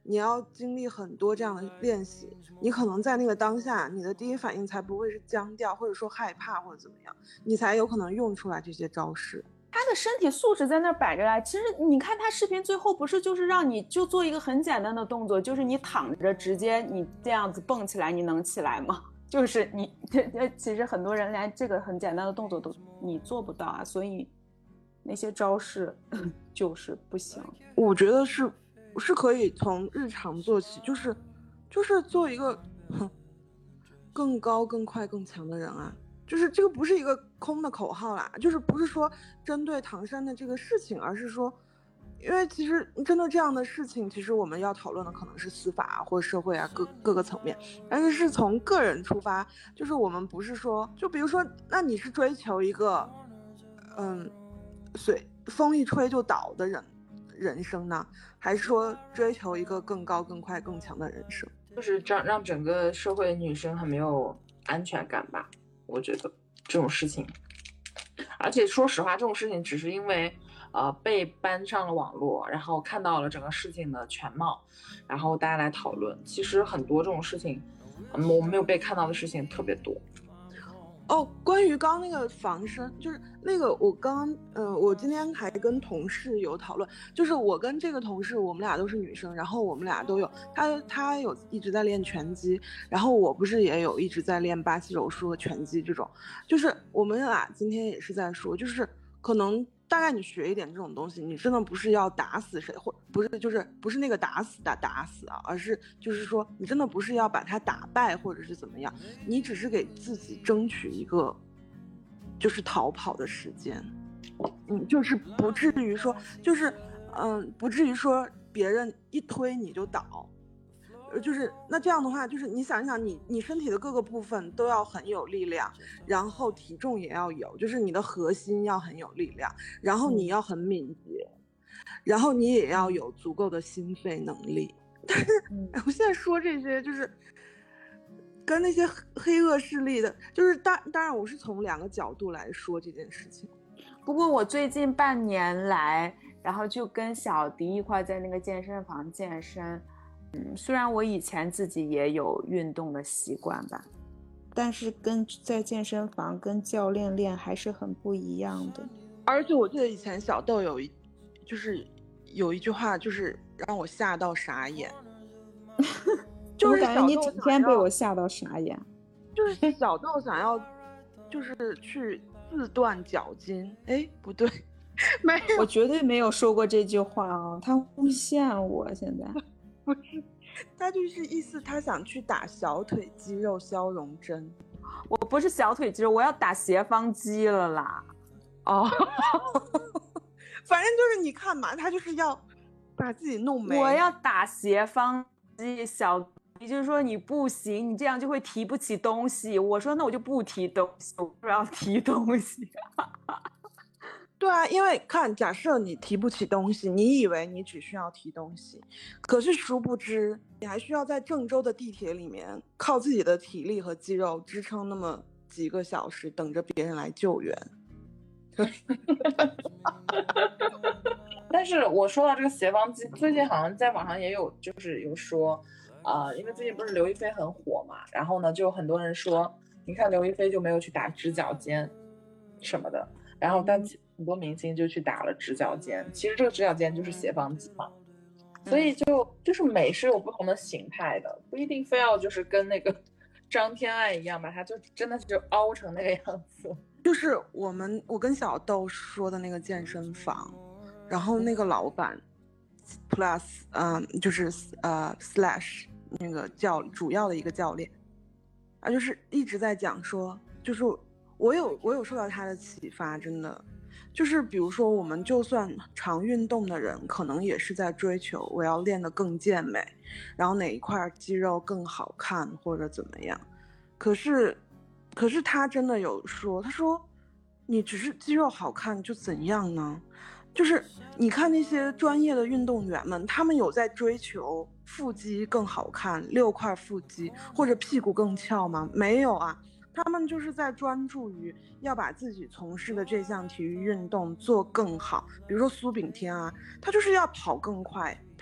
[SPEAKER 2] 你要经历很多这样的练习，你可能在那个当下，你的第一反应才不会是僵掉，或者说害怕或者怎么样，你才有可能用出来这些招式。
[SPEAKER 3] 他的身体素质在那摆着啊，其实你看他视频最后不是就是让你就做一个很简单的动作，就是你躺着直接你这样子蹦起来，你能起来吗？就是你其实很多人连这个很简单的动作都你做不到啊，所以那些招式就是不行。
[SPEAKER 2] 我觉得是是可以从日常做起，就是就是做一个哼更高更快更强的人啊，就是这个不是一个空的口号啦，就是不是说针对唐山的这个事情，而是说因为其实针对这样的事情，其实我们要讨论的可能是司法啊或者社会啊各各个层面，但是是从个人出发，就是我们不是说就比如说那你是追求一个嗯随风一吹就倒的人人生呢，还是说追求一个更高更快更强的人生？
[SPEAKER 1] 就是让让整个社会女生很没有安全感吧，我觉得这种事情。而且说实话，这种事情只是因为呃被搬上了网络，然后看到了整个事情的全貌，然后大家来讨论。其实很多这种事情，嗯，我没有被看到的事情特别多。
[SPEAKER 2] 哦，关于刚刚那个防身，就是那个我刚刚，呃，我今天还跟同事有讨论，就是我跟这个同事，我们俩都是女生，然后我们俩都有，他他有一直在练拳击，然后我不是也有一直在练巴西柔术和拳击这种，就是我们俩今天也是在说，就是可能大概你学一点这种东西，你真的不是要打死谁，或不是就是不是那个打死打打死啊，而是就是说你真的不是要把他打败或者是怎么样，你只是给自己争取一个就是逃跑的时间，嗯，就是不至于说就是嗯不至于说别人一推你就倒。就是那这样的话，就是你想一想你，你身体的各个部分都要很有力量，然后体重也要有，就是你的核心要很有力量，然后你要很敏捷，然后你也要有足够的心肺能力。但是我现在说这些，就是跟那些黑恶势力的，就是当当然我是从两个角度来说这件事情。
[SPEAKER 3] 不过我最近半年来，然后就跟小迪一块在那个健身房健身。嗯，虽然我以前自己也有运动的习惯吧，但是跟在健身房跟教练练还是很不一样的。
[SPEAKER 2] 而且我记得以前小豆有一，就是有一句话，就是让我吓到傻眼。
[SPEAKER 3] 就是感觉你整天被我吓到傻眼。
[SPEAKER 2] 就是小豆想要，就是去自断脚筋。哎，不对，没有，
[SPEAKER 3] 我绝对没有说过这句话啊！他诬陷我，现在。
[SPEAKER 2] 不是，他就是意思他想去打小腿肌肉消融针。
[SPEAKER 3] 我不是小腿肌肉，我要打斜方肌了啦。
[SPEAKER 2] 哦，反正就是你看嘛，他就是要把自己弄没。
[SPEAKER 3] 我要打斜方肌，小也就是说你不行，你这样就会提不起东西。我说那我就不提东西，我不要提东西。
[SPEAKER 2] 对啊，因为看，假设你提不起东西，你以为你只需要提东西，可是殊不知你还需要在郑州的地铁里面靠自己的体力和肌肉支撑那么几个小时，等着别人来救援。
[SPEAKER 1] 但是我说到这个斜方肌，最近好像在网上也有就是有说，呃，因为最近不是刘亦菲很火嘛，然后呢就很多人说，你看刘亦菲就没有去打直角肩什么的，然后但很多明星就去打了直角肩，其实这个直角肩就是斜方肌嘛，所以就就是美是有不同的形态的，不一定非要就是跟那个张天爱一样把它就真的是就凹成那个样子。
[SPEAKER 2] 就是我们我跟小豆说的那个健身房，然后那个老板 plus 嗯、呃、就是呃 slash 那个教主要的一个教练啊，就是一直在讲说，就是我有我有受到他的启发，真的就是比如说我们就算常运动的人，可能也是在追求我要练得更健美，然后哪一块肌肉更好看或者怎么样，可是可是他真的有说，他说你只是肌肉好看就怎样呢？就是你看那些专业的运动员们，他们有在追求腹肌更好看，六块腹肌或者屁股更翘吗？没有啊，他们就是在专注于要把自己从事的这项体育运动做更好。比如说苏炳添啊，他就是要跑更快，他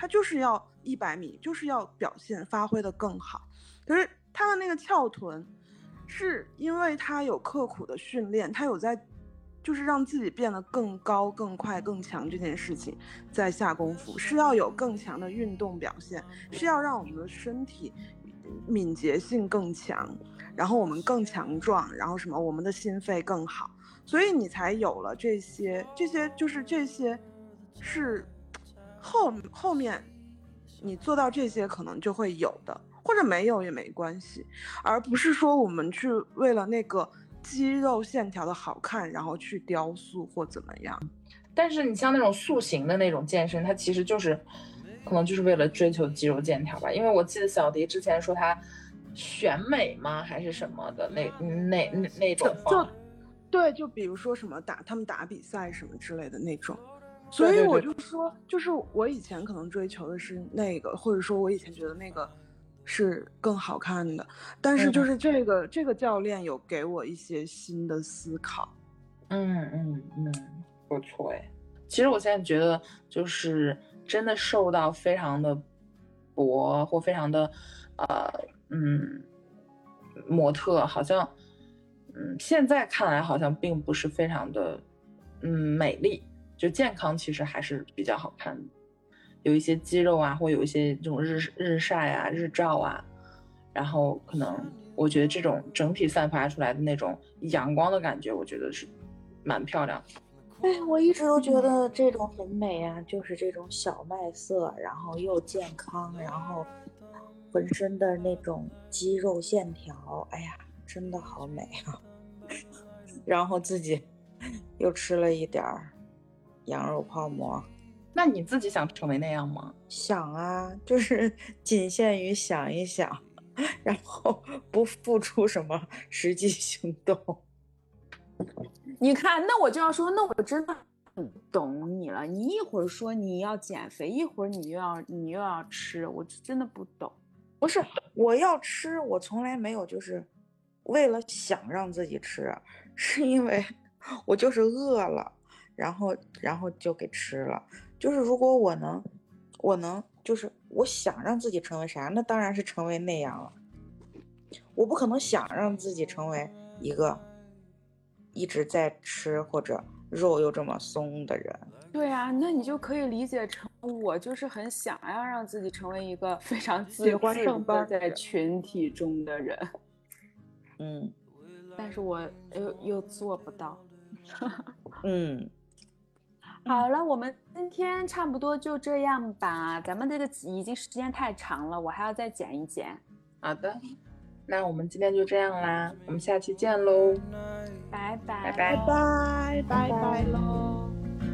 [SPEAKER 2] 他就是要一百米，就是要表现发挥的更好。可是他的那个翘臀，是因为他有刻苦的训练，他有在就是让自己变得更高、更快、更强这件事情在下功夫，是要有更强的运动表现，是要让我们的身体敏捷性更强，然后我们更强壮，然后什么我们的心肺更好，所以你才有了这些，这些就是这些是后后面你做到这些可能就会有的，或者没有也没关系，而不是说我们去为了那个肌肉线条的好看然后去雕塑或怎么样。
[SPEAKER 1] 但是你像那种塑形的那种健身，它其实就是可能就是为了追求肌肉线条吧。因为我记得小迪之前说他选美吗还是什么的那那那那种
[SPEAKER 2] 就对，就比如说什么打他们打比赛什么之类的那种。所以我就说，对对对，就是我以前可能追求的是那个，或者说我以前觉得那个是更好看的，但是就是这个、嗯、这个教练有给我一些新的思考。
[SPEAKER 1] 嗯嗯嗯，不错哎。其实我现在觉得就是真的瘦到非常的薄或非常的呃嗯模特，好像嗯现在看来好像并不是非常的嗯美丽，就健康其实还是比较好看的，有一些肌肉啊，或有一些这种日日晒啊、日照啊，然后可能我觉得这种整体散发出来的那种阳光的感觉，我觉得是蛮漂亮的。
[SPEAKER 4] 哎，我一直都觉得这种很美啊，就是这种小麦色，然后又健康，然后浑身的那种肌肉线条，哎呀，真的好美啊！然后自己又吃了一点羊肉泡馍。
[SPEAKER 1] 那你自己想成为那样吗？
[SPEAKER 4] 想啊，就是仅限于想一想，然后不付出什么实际行动。
[SPEAKER 3] 你看，那我就要说，那我真的很懂你了。你一会儿说你要减肥，一会儿你又要你又要吃，我真的不懂。
[SPEAKER 4] 不是，我要吃，我从来没有就是为了想让自己吃，是因为我就是饿了，然后然后就给吃了。就是如果我能，我能就是我想让自己成为啥，那当然是成为那样了。我不可能想让自己成为一个一直在吃或者肉又这么松的人。
[SPEAKER 3] 对啊，那你就可以理解成我就是很想要让自己成为一个非常自由的在群体中的人。
[SPEAKER 4] 嗯，
[SPEAKER 3] 但是我又又做不到。
[SPEAKER 4] 嗯，
[SPEAKER 3] 好了，我们今天差不多就这样吧。咱们这个已经时间太长了，我还要再剪一剪。
[SPEAKER 1] 好的，那我们今天就这样啦，我们下期见喽，
[SPEAKER 3] 拜拜
[SPEAKER 1] 拜
[SPEAKER 2] 拜拜拜拜喽。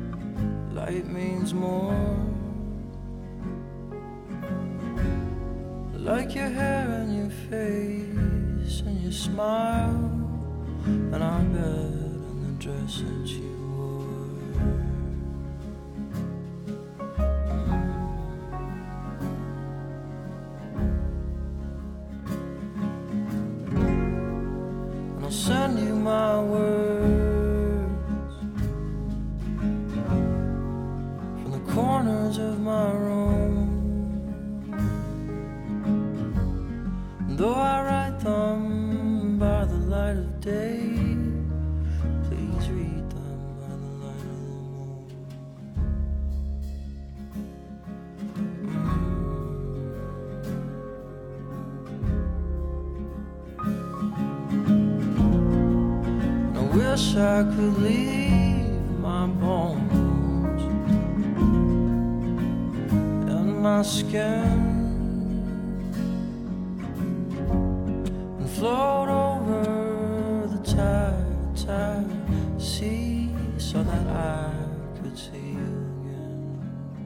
[SPEAKER 5] Light means more, like your hair and your face and your smile, and our bed and the dress that you wore. And I'll send you my words corners of my room, though I write them by the light of day, please read them by the light of the moon. Mm. And I wish I could leave my bones, my skin, and float over the tide, tide sea, so that I could see you again.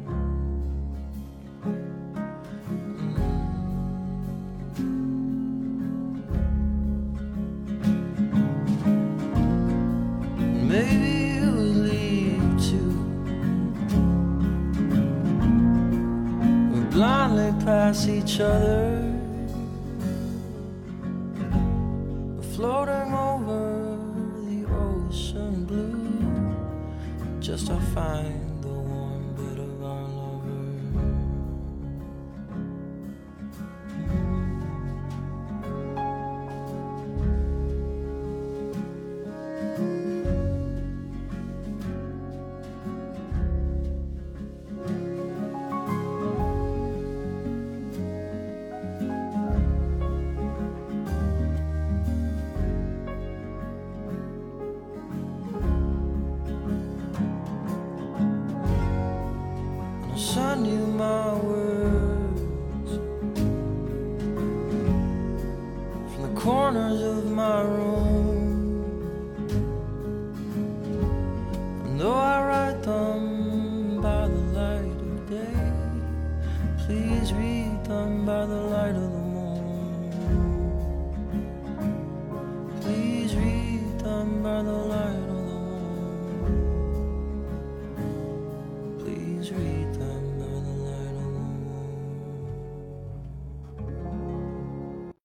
[SPEAKER 5] Mm. Maybe it would lead to blindly pass each other, floating over the ocean blue, just to find the warm bed of our lover. I knew my words from the corners of my room.